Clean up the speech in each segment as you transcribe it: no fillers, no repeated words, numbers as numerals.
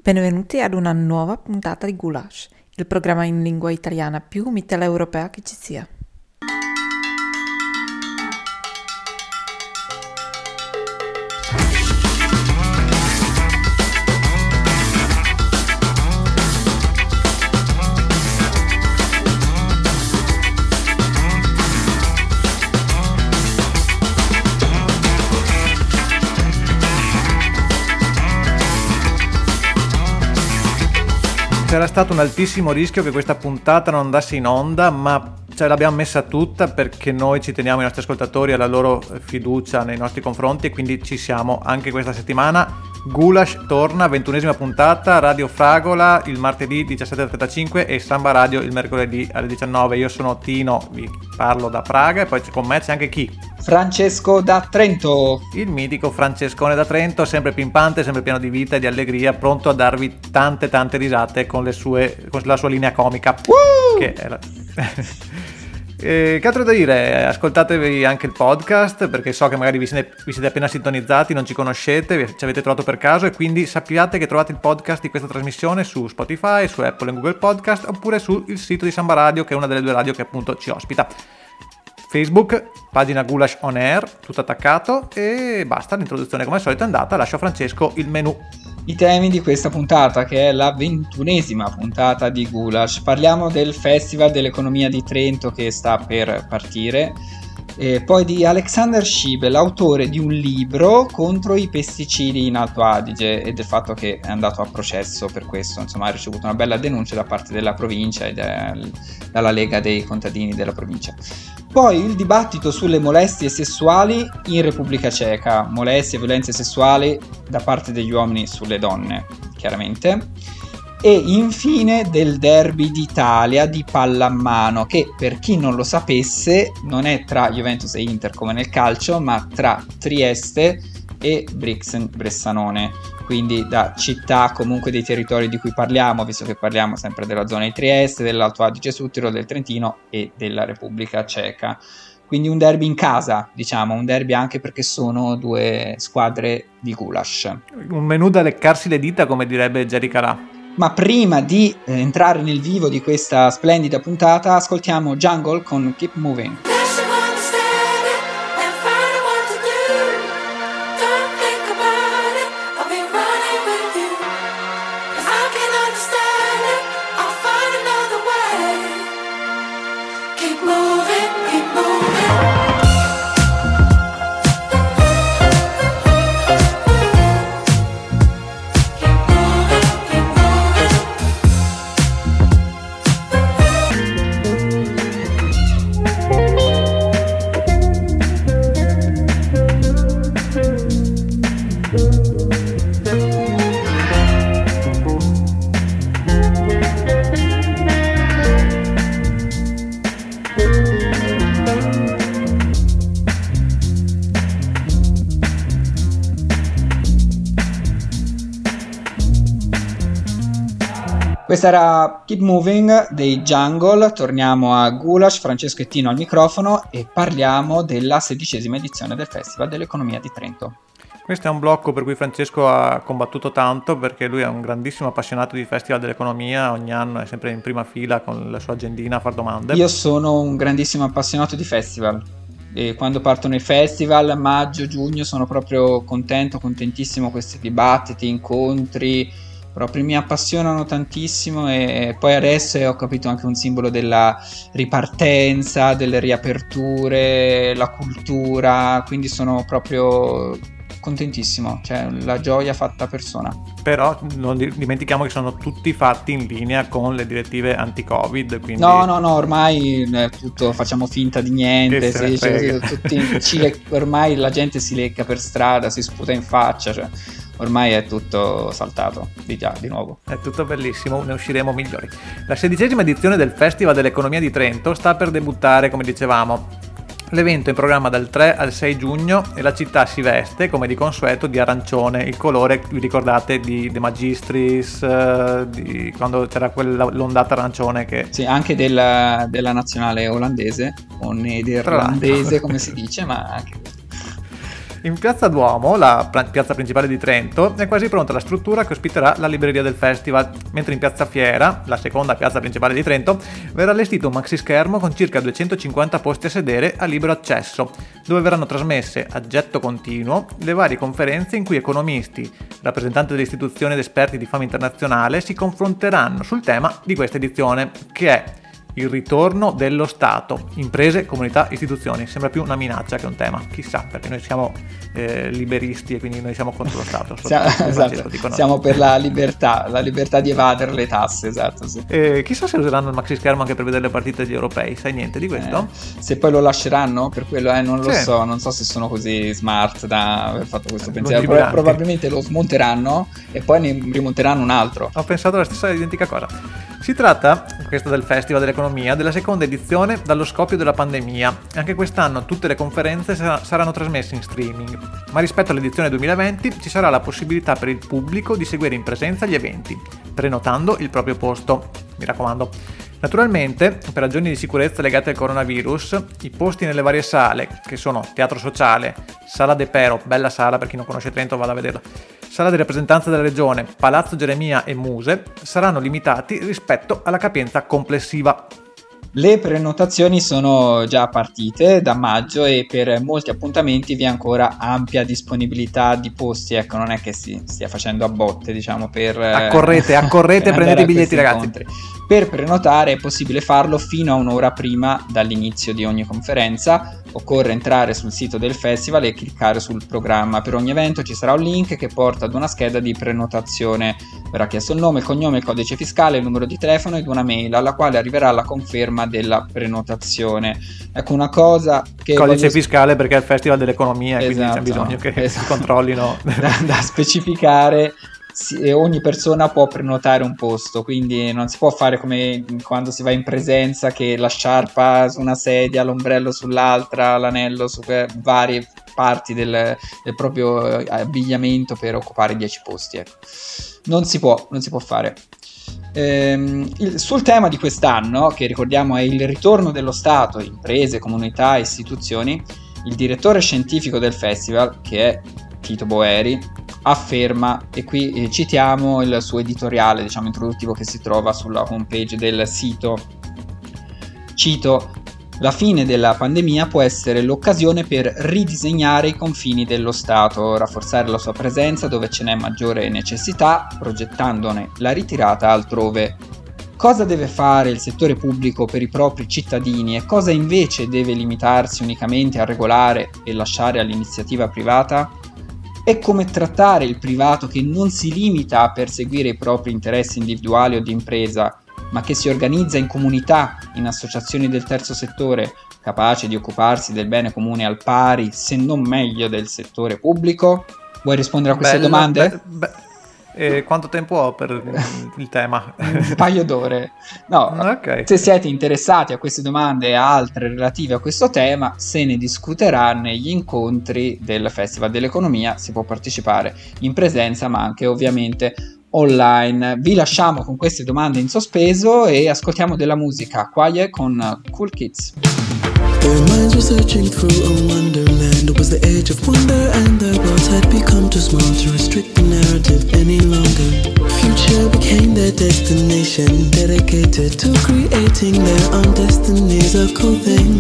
Benvenuti ad una nuova puntata di Goulash, il programma in lingua italiana più mitteleuropea che ci sia. C'era stato un altissimo rischio che questa puntata non andasse in onda, ma ce l'abbiamo messa tutta perché noi ci teniamo ai nostri ascoltatori e alla loro fiducia nei nostri confronti, e quindi ci siamo anche questa settimana. Goulash torna, 21esima puntata, Radio Fragola il martedì 17:35 e Samba Radio il mercoledì alle 19. Io sono Tino, vi parlo da Praga, e poi con me c'è anche chi? Francesco da Trento. Il mitico Francescone da Trento, sempre pimpante, sempre pieno di vita e di allegria, pronto a darvi tante risate con la sua linea comica. Che è la... Che altro da dire? Ascoltatevi anche il podcast, perché so che magari vi siete appena sintonizzati, non ci conoscete, ci avete trovato per caso, e quindi sappiate che trovate il podcast di questa trasmissione su Spotify, su Apple e Google Podcast, oppure sul sito di Samba Radio, che è una delle due radio che appunto ci ospita. Facebook, pagina Goulash On Air, tutto attaccato, e basta. L'introduzione come al solito è andata. Lascio a Francesco il menù. I temi di questa puntata, che è la 21esima puntata di Goulash. Parliamo del Festival dell'Economia di Trento che sta per partire, e poi di Alexander Schiebel, autore di un libro contro i pesticidi in Alto Adige, e del fatto che è andato a processo per questo. Insomma, ha ricevuto una bella denuncia da parte della provincia e dalla Lega dei contadini della provincia. Poi il dibattito sulle molestie sessuali in Repubblica Ceca, molestie e violenze sessuali da parte degli uomini sulle donne, chiaramente. E infine del derby d'Italia di pallamano, che per chi non lo sapesse non è tra Juventus e Inter come nel calcio, ma tra Trieste e Brixen Bressanone, quindi da città comunque dei territori di cui parliamo, visto che parliamo sempre della zona di Trieste, dell'Alto Adige-Südtirol, del Trentino e della Repubblica Ceca. Quindi un derby in casa, diciamo, un derby anche perché sono due squadre di Goulash. Un menù da leccarsi le dita, come direbbe Jerry Calà. Ma prima di entrare nel vivo di questa splendida puntata, ascoltiamo Jungle con Keep Moving. Questa era Keep Moving dei Jungle. Torniamo a Goulash, Francesco e Tino al microfono, e parliamo della 16esima edizione del Festival dell'Economia di Trento. Questo è un blocco per cui Francesco ha combattuto tanto, perché lui è un grandissimo appassionato di Festival dell'Economia, ogni anno è sempre in prima fila con la sua agendina a far domande. Io sono un grandissimo appassionato di festival, e quando partono i festival, maggio, giugno, sono proprio contentissimo, questi dibattiti, incontri, proprio mi appassionano tantissimo. E poi adesso ho capito anche un simbolo della ripartenza, delle riaperture, la cultura, quindi sono proprio contentissimo, cioè la gioia fatta persona. Però non dimentichiamo che sono tutti fatti in linea con le direttive anti-Covid, quindi... No, ormai tutto, facciamo finta di niente, ormai la gente si lecca per strada, si sputa in faccia, cioè ormai è tutto saltato di nuovo. È tutto bellissimo, ne usciremo migliori. La 16esima edizione del Festival dell'Economia di Trento sta per debuttare, come dicevamo. L'evento è in programma dal 3 al 6 giugno e la città si veste, come di consueto, di arancione, il colore, vi ricordate, di De Magistris, di quando c'era l'ondata arancione che... Sì, anche della nazionale olandese, o nederlandese come si dice, ma anche... In Piazza Duomo, la piazza principale di Trento, è quasi pronta la struttura che ospiterà la libreria del festival, mentre in Piazza Fiera, la seconda piazza principale di Trento, verrà allestito un maxischermo con circa 250 posti a sedere a libero accesso, dove verranno trasmesse a getto continuo le varie conferenze in cui economisti, rappresentanti delle istituzioni ed esperti di fama internazionale si confronteranno sul tema di questa edizione, che è il ritorno dello Stato, imprese, comunità, istituzioni. Sembra più una minaccia che un tema, chissà, perché noi siamo liberisti e quindi noi siamo contro lo Stato. Esatto. Siamo per la libertà di evadere le tasse, esatto. Sì. Chissà se useranno il maxischermo anche per vedere le partite degli europei, sai niente di questo? Se poi lo lasceranno, per quello non lo so, non so se sono così smart da aver fatto questo pensiero. Probabilmente lo smonteranno e poi ne rimonteranno un altro. Ho pensato la stessa identica cosa. Si tratta, questo del Festival dell'Economia, della seconda edizione dallo scoppio della pandemia. Anche quest'anno tutte le conferenze saranno trasmesse in streaming, ma rispetto all'edizione 2020 ci sarà la possibilità per il pubblico di seguire in presenza gli eventi, prenotando il proprio posto. Mi raccomando. Naturalmente, per ragioni di sicurezza legate al coronavirus, i posti nelle varie sale, che sono Teatro Sociale, Sala De Pero, bella sala per chi non conosce Trento vada a vederla, Sala di rappresentanza della Regione, Palazzo Geremia e Muse, saranno limitati rispetto alla capienza complessiva. Le prenotazioni sono già partite da maggio e per molti appuntamenti vi è ancora ampia disponibilità di posti, ecco, non è che si stia facendo a botte, diciamo, per accorrete, prendete i biglietti, ragazzi. Incontri. Per prenotare è possibile farlo fino a un'ora prima dall'inizio di ogni conferenza. Occorre entrare sul sito del festival e cliccare sul programma. Per ogni evento ci sarà un link che porta ad una scheda di prenotazione. Verrà chiesto il nome, il cognome, il codice fiscale, il numero di telefono ed una mail alla quale arriverà la conferma della prenotazione. Ecco una cosa che codice fiscale perché è il Festival dell'Economia e esatto, quindi c'è bisogno che si controllino da specificare. Ogni persona può prenotare un posto, quindi non si può fare come quando si va in presenza, che la sciarpa su una sedia, l'ombrello sull'altra, l'anello su varie parti del proprio abbigliamento per occupare 10 posti, ecco. Non si può fare. Sul tema di quest'anno, che ricordiamo è il ritorno dello Stato, imprese, comunità, istituzioni, il direttore scientifico del festival, che è Tito Boeri, afferma, e qui citiamo il suo editoriale, diciamo, introduttivo che si trova sulla homepage del sito. Cito: la fine della pandemia può essere l'occasione per ridisegnare i confini dello Stato, rafforzare la sua presenza dove ce n'è maggiore necessità, progettandone la ritirata altrove. Cosa deve fare il settore pubblico per i propri cittadini e cosa invece deve limitarsi unicamente a regolare e lasciare all'iniziativa privata? E come trattare il privato che non si limita a perseguire i propri interessi individuali o di impresa, ma che si organizza in comunità, in associazioni del terzo settore, capaci di occuparsi del bene comune al pari, se non meglio, del settore pubblico? Vuoi rispondere a queste domande? Quanto tempo ho per il tema? Un paio d'ore. No, okay. Se siete interessati a queste domande e a altre relative a questo tema, se ne discuterà negli incontri del Festival dell'Economia. Si può partecipare in presenza, ma anche ovviamente online. Vi lasciamo con queste domande in sospeso e ascoltiamo della musica. Quiet con Cool Kids. Their minds were searching through a wonderland. It was the age of wonder and their worlds had become too small to restrict the narrative any longer. Future became their destination, dedicated to creating their own destinies, a cool thing.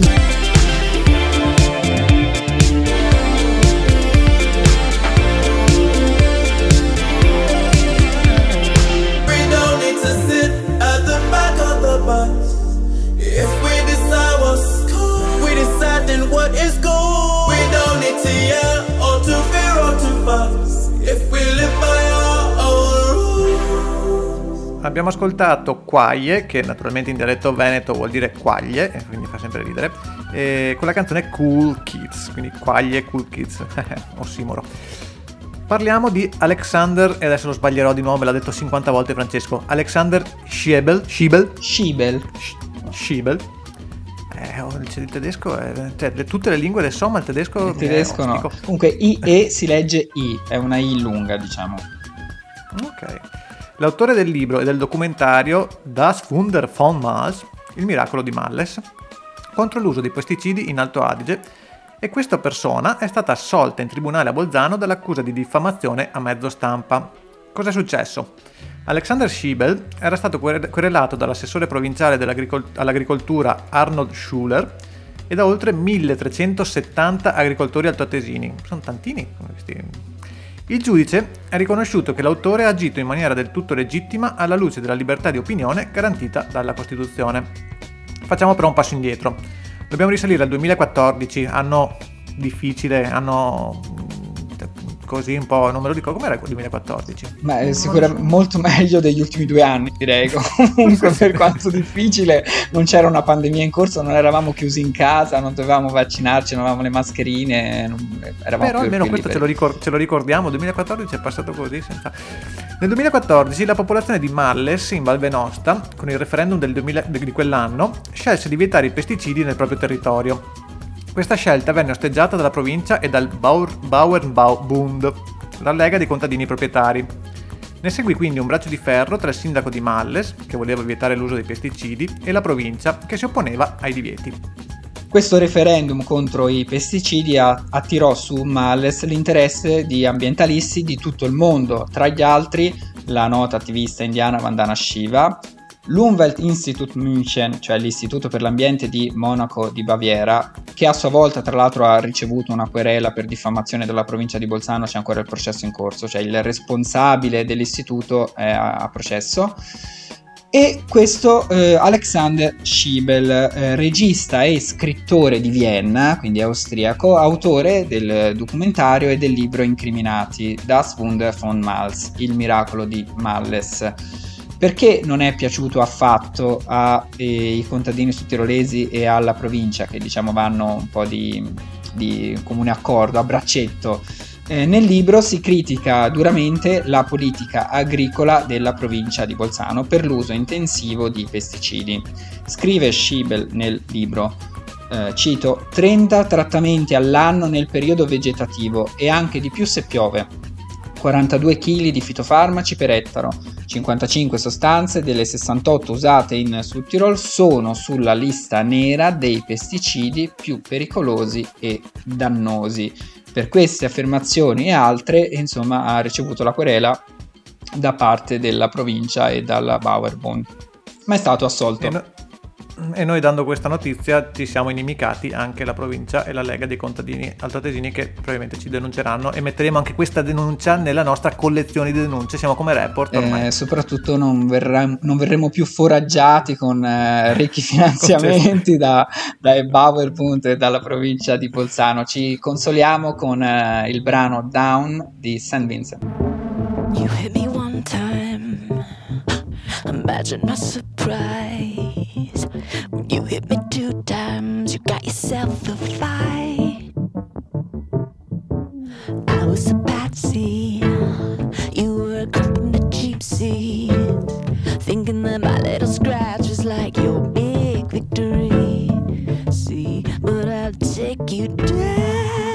We don't need to sit at the back of the bus. If we decide what's cool, we decide then what is cool. We don't need to yell or to fear or to fuss. If we live by our own rules. Abbiamo ascoltato Quaglie, che naturalmente in dialetto veneto vuol dire quaglie, e quindi fa sempre ridere, e con la canzone Cool Kids, quindi Quaglie, Cool Kids, ossimoro. Parliamo di Alexander, e adesso lo sbaglierò di nuovo, me l'ha detto 50 volte Francesco, Alexander Schiebel. Il tedesco cioè tutte le lingue del ma il tedesco no. Comunque IE si legge I, è una I lunga, diciamo. Ok. L'autore del libro e del documentario Das Wunder von Mals, il miracolo di Malles, contro l'uso di pesticidi in Alto Adige, e questa persona è stata assolta in tribunale a Bolzano dall'accusa di diffamazione a mezzo stampa. Cosa è successo? Alexander Schiebel era stato querelato dall'assessore provinciale all'agricoltura Arnold Schuler e da oltre 1370 agricoltori altoatesini. Sono tantini questi. Il giudice ha riconosciuto che l'autore ha agito in maniera del tutto legittima alla luce della libertà di opinione garantita dalla Costituzione. Facciamo però un passo indietro. Dobbiamo risalire al 2014, anno difficile, anno così un po', non me lo dico, com'era il 2014? Ma è sicuramente molto meglio degli ultimi 2 anni, direi. Comunque, per quanto difficile, non c'era una pandemia in corso, non eravamo chiusi in casa, non dovevamo vaccinarci, non avevamo le mascherine, eravamo però almeno questo ce lo ricordiamo. 2014 è passato così senza... Nel 2014 la popolazione di Malles in Val Venosta, con il referendum di quell'anno, scelse di vietare i pesticidi nel proprio territorio. Questa scelta venne osteggiata dalla provincia e dal Bauernbund, la lega dei contadini proprietari. Ne seguì quindi un braccio di ferro tra il sindaco di Malles, che voleva vietare l'uso dei pesticidi, e la provincia, che si opponeva ai divieti. Questo referendum contro i pesticidi attirò su Malles l'interesse di ambientalisti di tutto il mondo, tra gli altri la nota attivista indiana Vandana Shiva, l'Umweltinstitut München, cioè l'Istituto per l'Ambiente di Monaco di Baviera, che a sua volta tra l'altro ha ricevuto una querela per diffamazione dalla provincia di Bolzano. C'è ancora il processo in corso, cioè il responsabile dell'istituto è a processo. E questo Alexander Schiebel, regista e scrittore di Vienna, quindi austriaco, autore del documentario e del libro Incriminati, Das Wunder von Malles, il miracolo di Malles. Perché non è piaciuto affatto ai contadini sudtirolesi e alla provincia, che diciamo vanno un po' di comune accordo, a braccetto. Nel libro si critica duramente la politica agricola della provincia di Bolzano per l'uso intensivo di pesticidi. Scrive Schiebel nel libro, cito, 30 trattamenti all'anno nel periodo vegetativo e anche di più se piove, 42 kg di fitofarmaci per ettaro, 55 sostanze delle 68 usate in Südtirol sono sulla lista nera dei pesticidi più pericolosi e dannosi. Per queste affermazioni e altre, insomma, ha ricevuto la querela da parte della provincia e dalla Bauernbund, ma è stato assolto. E noi, dando questa notizia, ci siamo inimicati anche la provincia e la Lega dei contadini altoatesini, che probabilmente ci denunceranno, e metteremo anche questa denuncia nella nostra collezione di denunce. Siamo come Report ormai. Soprattutto non verremo più foraggiati con ricchi finanziamenti dai Bauernbund e dalla provincia di Bolzano. Ci consoliamo con il brano Down di St. Vincent. You hit me one time, imagine my surprise. When you hit me 2 times, you got yourself a fight. I was a patsy, you were a creep in the cheap seat, thinking that my little scratch was like your big victory. See, but I'll take you down.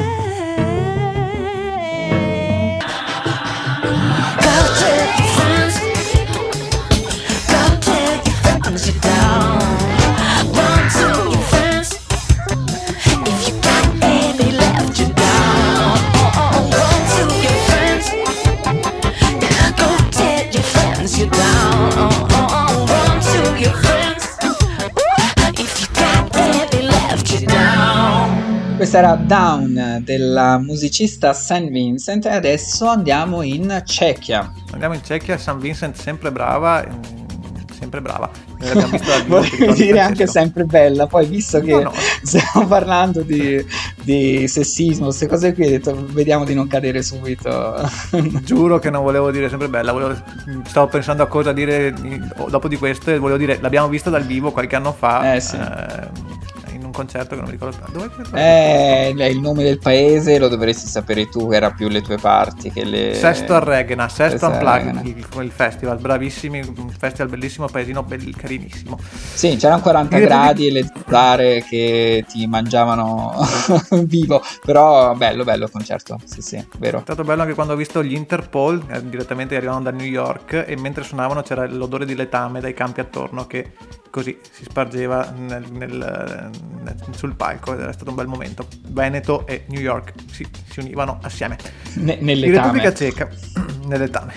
Questa era Down della musicista St. Vincent e adesso andiamo in Cechia. Andiamo in Cechia, St. Vincent sempre brava, sempre brava. Noi l'abbiamo visto dal vivo. Volevo dire anche sempre bella, poi visto che stiamo parlando di sessismo, queste cose qui, ho detto vediamo di non cadere subito. Giuro che non volevo dire sempre bella, stavo pensando a cosa dire dopo di questo e volevo dire l'abbiamo visto dal vivo qualche anno fa. Sì. In un concerto che non mi ricordo dove. Il nome del paese lo dovresti sapere tu, era più le tue parti che le... Sesto a Regna, Sesto Unplugged, il festival, bravissimi, un festival bellissimo, paesino carinissimo. Sì, c'erano 40 gradi e le zanzare che ti mangiavano vivo, però bello il concerto, sì, vero. È stato bello anche quando ho visto gli Interpol, direttamente arrivavano da New York, e mentre suonavano c'era l'odore di letame dai campi attorno che così si spargeva nel sul palco, ed era stato un bel momento. Veneto e New York si univano assieme. Nelle In tame. Repubblica Ceca, nelle tame.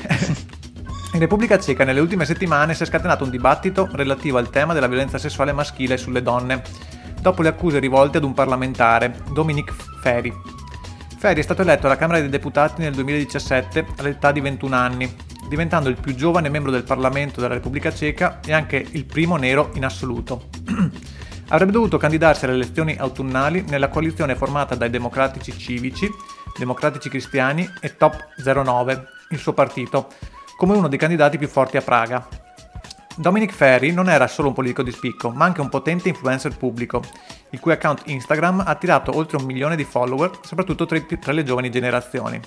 In Repubblica Ceca nelle ultime settimane si è scatenato un dibattito relativo al tema della violenza sessuale maschile sulle donne, dopo le accuse rivolte ad un parlamentare, Dominic Ferry. Ferry è stato eletto alla Camera dei Deputati nel 2017 all'età di 21 anni, diventando il più giovane membro del Parlamento della Repubblica Ceca e anche il primo nero in assoluto. Avrebbe dovuto candidarsi alle elezioni autunnali nella coalizione formata dai Democratici Civici, Democratici Cristiani e Top 09, il suo partito, come uno dei candidati più forti a Praga. Dominic Ferry non era solo un politico di spicco, ma anche un potente influencer pubblico, il cui account Instagram ha attirato oltre 1 milione di follower, soprattutto tra le giovani generazioni.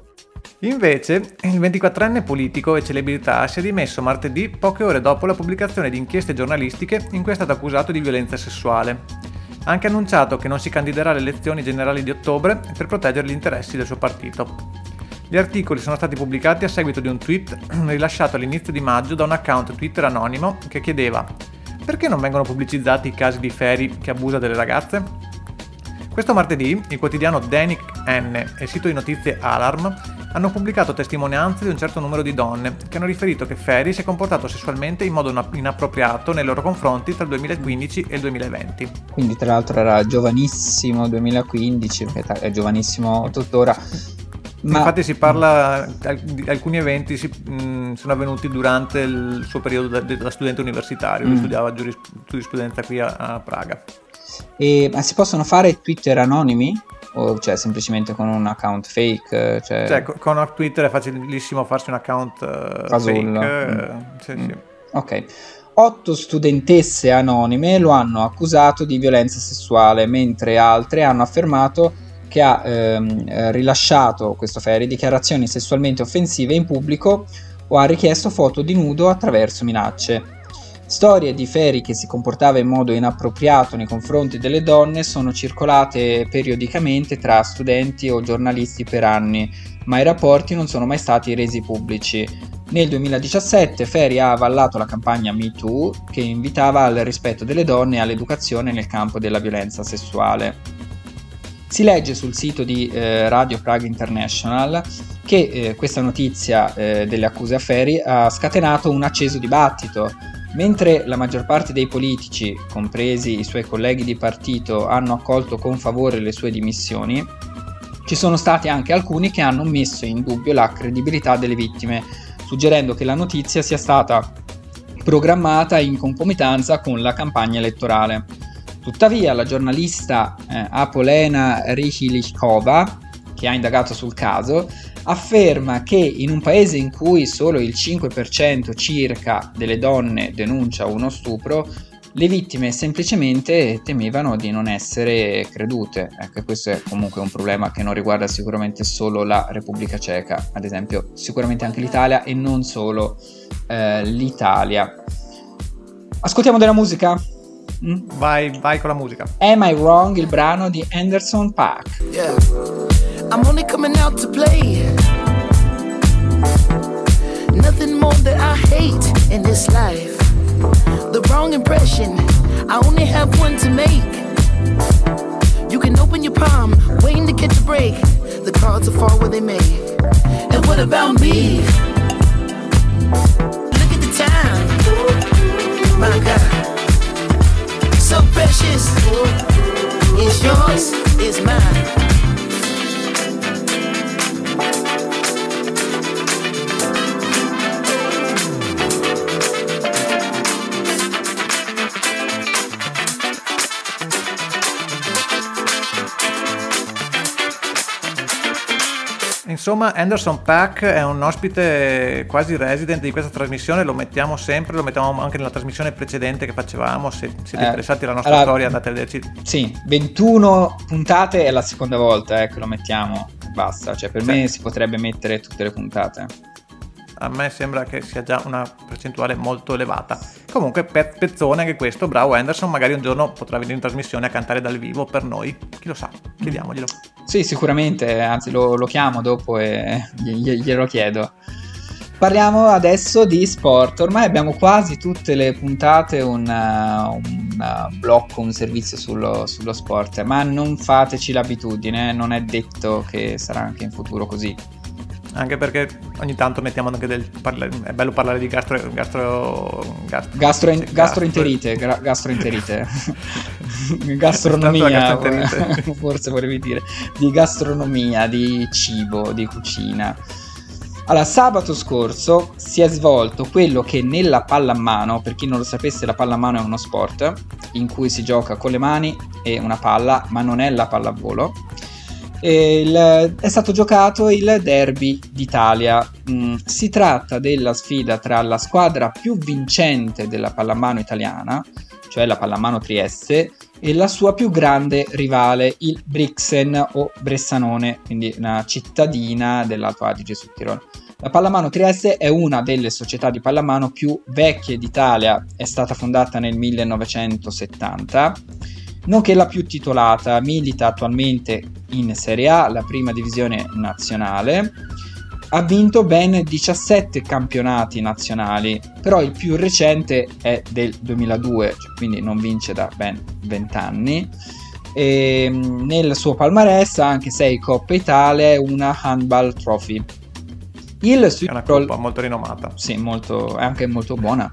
Invece, il 24enne politico e celebrità si è dimesso martedì, poche ore dopo la pubblicazione di inchieste giornalistiche in cui è stato accusato di violenza sessuale. Ha anche annunciato che non si candiderà alle elezioni generali di ottobre per proteggere gli interessi del suo partito. Gli articoli sono stati pubblicati a seguito di un tweet rilasciato all'inizio di maggio da un account Twitter anonimo che chiedeva: perché non vengono pubblicizzati i casi di Ferry che abusa delle ragazze? Questo martedì il quotidiano Danic N e il sito di notizie Alarm hanno pubblicato testimonianze di un certo numero di donne che hanno riferito che Ferry si è comportato sessualmente in modo inappropriato nei loro confronti tra il 2015 e il 2020. Quindi tra l'altro era giovanissimo 2015, è giovanissimo tuttora. Ma... Infatti si parla di alcuni eventi sono avvenuti durante il suo periodo da studente universitario, lui studiava giurisprudenza qui a Praga. Ma si possono fare Twitter anonimi? O cioè semplicemente con un account fake? Cioè con Twitter è facilissimo farsi un account fake. Sì. Ok. 8 studentesse anonime lo hanno accusato di violenza sessuale, mentre altre hanno affermato che ha rilasciato, questo Ferry, dichiarazioni sessualmente offensive in pubblico o ha richiesto foto di nudo attraverso minacce. Storie di Ferry che si comportava in modo inappropriato nei confronti delle donne sono circolate periodicamente tra studenti o giornalisti per anni, ma i rapporti non sono mai stati resi pubblici. Nel 2017 Ferry ha avallato la campagna MeToo, che invitava al rispetto delle donne e all'educazione nel campo della violenza sessuale. Si legge sul sito di Radio Praga International che questa notizia delle accuse a Ferry ha scatenato un acceso dibattito. Mentre la maggior parte dei politici, compresi i suoi colleghi di partito, hanno accolto con favore le sue dimissioni, ci sono stati anche alcuni che hanno messo in dubbio la credibilità delle vittime, suggerendo che la notizia sia stata programmata in concomitanza con la campagna elettorale. Tuttavia, la giornalista Apolena Rychlikova, che ha indagato sul caso, afferma che in un paese in cui solo il 5% circa delle donne denuncia uno stupro, le vittime semplicemente temevano di non essere credute. Ecco, questo è comunque un problema che non riguarda sicuramente solo la Repubblica Ceca, ad esempio sicuramente anche l'Italia e non solo l'Italia. Ascoltiamo della musica? Vai con la musica. Am I Wrong, il brano di Anderson .Paak. Yeah. I'm only coming out to play. Nothing more that I hate in this life. The wrong impression, I only have one to make. You can open your palm, waiting to catch a break. The cards will fall where they may. And what about me? Look at the time. My God. So precious. It's yours, it's mine. Insomma, Anderson .Paak è un ospite quasi resident di questa trasmissione, lo mettiamo sempre, lo mettiamo anche nella trasmissione precedente che facevamo, se siete interessati alla nostra storia andate a vederci. Sì, 21 puntate è la seconda volta che lo mettiamo, basta, cioè per me si potrebbe mettere tutte le puntate. A me sembra che sia già una percentuale molto elevata. Comunque pezzone anche questo, bravo Anderson, magari un giorno potrà venire in trasmissione a cantare dal vivo per noi, chi lo sa, chiediamoglielo. Sì, sicuramente, anzi lo chiamo dopo e glielo chiedo. Parliamo adesso di sport. Ormai abbiamo quasi tutte le puntate un blocco, un servizio sullo sport, ma non fateci l'abitudine, non è detto che sarà anche in futuro così. Anche perché ogni tanto mettiamo anche è bello parlare di gastroenterite, gastronomia, forse volevi dire, di gastronomia, di cibo, di cucina. Allora, sabato scorso si è svolto quello che nella pallamano, per chi non lo sapesse, la pallamano è uno sport in cui si gioca con le mani e una palla, ma non è la pallavolo. È stato giocato il Derby d'Italia. Si tratta della sfida tra la squadra più vincente della pallamano italiana, cioè la Pallamano Trieste, e la sua più grande rivale, il Brixen o Bressanone, quindi una cittadina dell'Alto Adige sul Tirolo. La Pallamano Trieste è una delle società di pallamano più vecchie d'Italia, è stata fondata nel 1970, nonché la più titolata, milita attualmente in Serie A, la prima divisione nazionale. Ha vinto ben 17 campionati nazionali, però il più recente è del 2002, cioè quindi non vince da ben 20 anni. E nel suo palmarès ha anche 6 Coppe Italia e una Handball Trophy. È una coppa molto rinomata. Sì, è anche molto buona.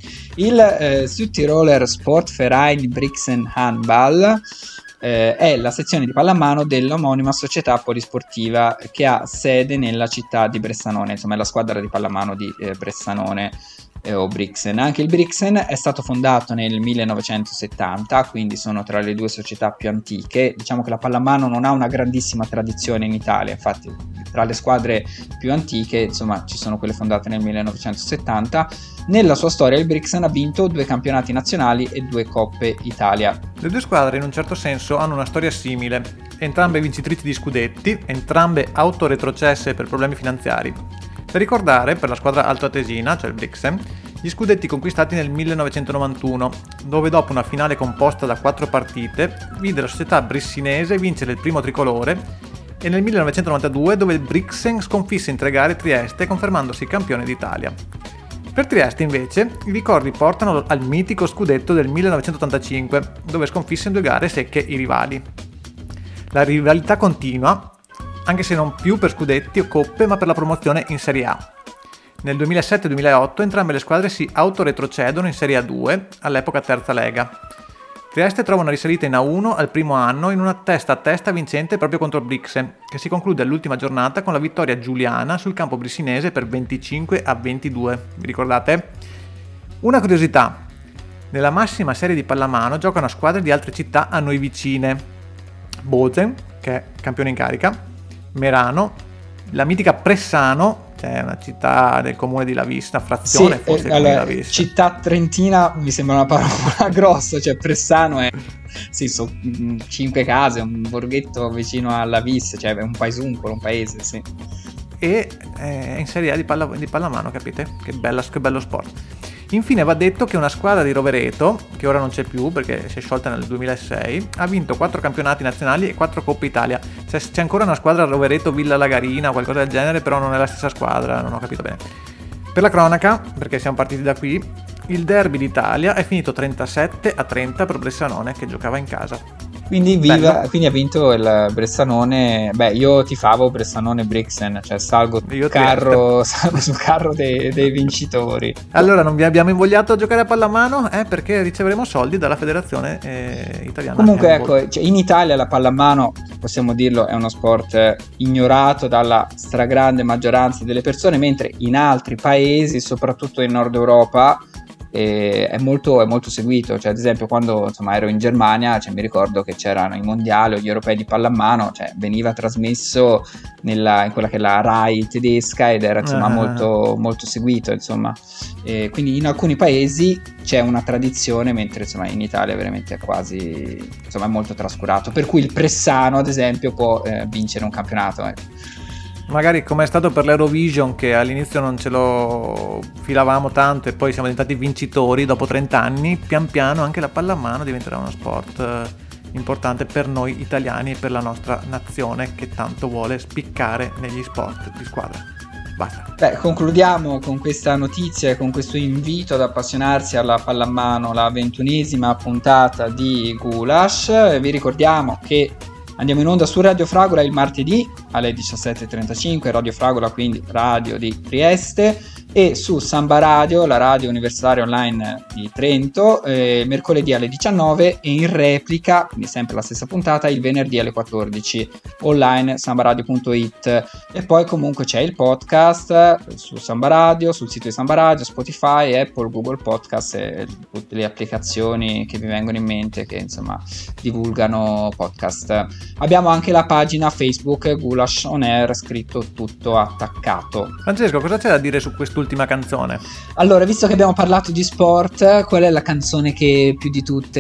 Il Südtiroler Sportverein Brixen Handball è la sezione di pallamano dell'omonima società polisportiva che ha sede nella città di Bressanone, insomma è la squadra di pallamano di Bressanone o Brixen. Anche il Brixen è stato fondato nel 1970, quindi sono tra le due società più antiche. Diciamo che la pallamano non ha una grandissima tradizione in Italia, infatti tra le squadre più antiche insomma ci sono quelle fondate nel 1970. Nella sua storia il Brixen ha vinto 2 campionati nazionali e 2 Coppe Italia. Le due squadre in un certo senso hanno una storia simile, entrambe vincitrici di scudetti, entrambe autoretrocesse per problemi finanziari. Per ricordare, per la squadra altoatesina, cioè il Brixen, gli scudetti conquistati nel 1991, dove dopo una finale composta da 4 partite vide la società brissinese vincere il primo tricolore, e nel 1992 dove il Brixen sconfisse in 3 gare Trieste confermandosi campione d'Italia. Per Trieste invece i ricordi portano al mitico scudetto del 1985 dove sconfisse in 2 gare secche i rivali. La rivalità continua, anche se non più per scudetti o coppe ma per la promozione in Serie A. Nel 2007-2008 entrambe le squadre si autoretrocedono in Serie A2, all'epoca terza lega. Trieste trova una risalita in A1 al primo anno in una testa a testa vincente proprio contro il Brixen, che si conclude all'ultima giornata con la vittoria giuliana sul campo brissinese per 25-22. Vi ricordate? Una curiosità: nella massima serie di pallamano giocano squadre di altre città a noi vicine. Bozen, che è campione in carica, Merano, la mitica Pressano, è una città del comune di Lavis, una frazione forse del comune di Lavis. Città trentina mi sembra una parola grossa, cioè Pressano è sono 5 case, un borghetto vicino a Lavis, cioè è un paesuncolo, un paese, sì. E è in Serie A di pallamano, capite? Che bello sport. Infine va detto che una squadra di Rovereto, che ora non c'è più perché si è sciolta nel 2006, ha vinto 4 campionati nazionali e 4 Coppe Italia. C'è ancora una squadra Rovereto Villa Lagarina o qualcosa del genere, però non è la stessa squadra, non ho capito bene. Per la cronaca, perché siamo partiti da qui, il Derby d'Italia è finito 37-30 per Bressanone che giocava in casa. Quindi ha vinto il Bressanone. Beh, io tifavo Bressanone Brixen, cioè salgo sul carro dei vincitori. Allora non vi abbiamo invogliato a giocare a pallamano? Perché riceveremo soldi dalla federazione italiana. Comunque ecco, cioè, in Italia la pallamano, possiamo dirlo, è uno sport ignorato dalla stragrande maggioranza delle persone, mentre in altri paesi, soprattutto in Nord Europa, è molto seguito. Cioè ad esempio quando ero in Germania, mi ricordo che c'erano i mondiali o gli europei di pallamano, veniva trasmesso in quella che è la Rai tedesca ed era molto seguito, insomma. Quindi in alcuni paesi c'è una tradizione, mentre in Italia veramente è quasi è molto trascurato, per cui il Pressano ad esempio può vincere un campionato, Magari come è stato per l'Eurovision, che all'inizio non ce lo filavamo tanto e poi siamo diventati vincitori dopo 30 anni, pian piano anche la pallamano diventerà uno sport importante per noi italiani e per la nostra nazione che tanto vuole spiccare negli sport di squadra. Basta. Beh, concludiamo con questa notizia e con questo invito ad appassionarsi alla pallamano, la 21esima puntata di Goulash. Vi ricordiamo che andiamo in onda su Radio Fragola il martedì alle 17.35, Radio Fragola, quindi radio di Trieste, e su Samba Radio, la radio universitaria online di Trento, mercoledì alle 19 e in replica, quindi sempre la stessa puntata, il venerdì alle 14 online sambaradio.it. E poi comunque c'è il podcast su Samba Radio, sul sito di Samba Radio, Spotify, Apple, Google Podcast e tutte le applicazioni che vi vengono in mente che insomma divulgano podcast. Abbiamo anche la pagina Facebook Goulash On Air, scritto tutto attaccato. Francesco, cosa c'è da dire su quest'ultima canzone? Allora, visto che abbiamo parlato di sport, qual è la canzone che più di tutte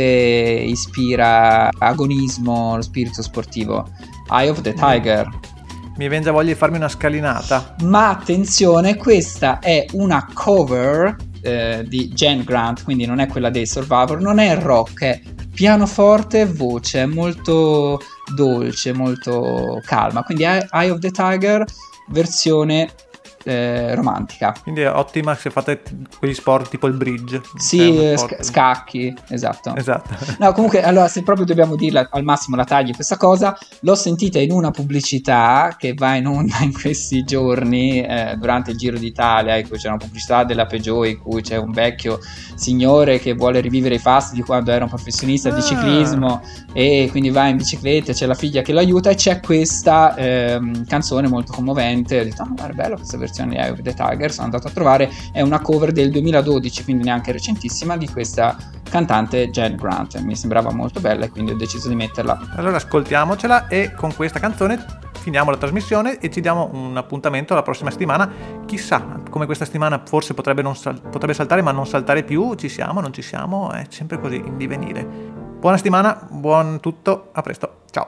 ispira agonismo, lo spirito sportivo? Eye of the Tiger. Mi viene già voglia di farmi una scalinata. Ma attenzione, questa è una cover di Jen Grant, quindi non è quella dei Survivor, non è rock, è pianoforte, voce, molto dolce, molto calma, quindi Eye of the Tiger versione romantica. Quindi è ottima se fate quegli sport tipo il bridge. Sì, scacchi, esatto. No, comunque, allora, se proprio dobbiamo dirla al massimo la tagli questa cosa, l'ho sentita in una pubblicità che va in onda in questi giorni durante il Giro d'Italia, in cui c'è una pubblicità della Peugeot in cui c'è un vecchio signore che vuole rivivere i fasti di quando era un professionista di ciclismo e quindi va in bicicletta, c'è la figlia che lo aiuta e c'è questa canzone molto commovente. Ho detto, guarda, è bello questa versione di Eye of the Tiger, sono andato a trovare, è una cover del 2012, quindi neanche recentissima, di questa cantante Jen Grant. Mi sembrava molto bella e quindi ho deciso di metterla. Allora ascoltiamocela e con questa canzone finiamo la trasmissione e ci diamo un appuntamento la prossima settimana. Chissà, come questa settimana forse potrebbe saltare, ma non saltare più. Ci siamo, non ci siamo, è sempre così in divenire. Buona settimana, buon tutto, a presto, ciao.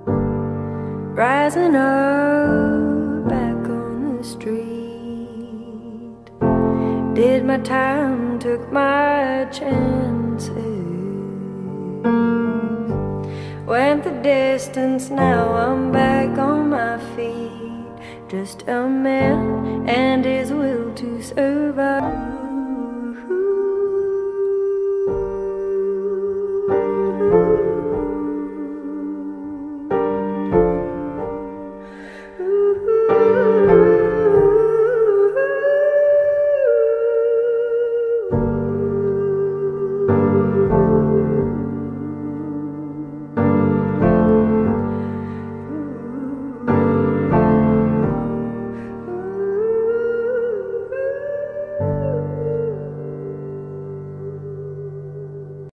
Rising up back on the street, did my time, took my chances, went the distance, now I'm back on my feet, just a man and his will to survive.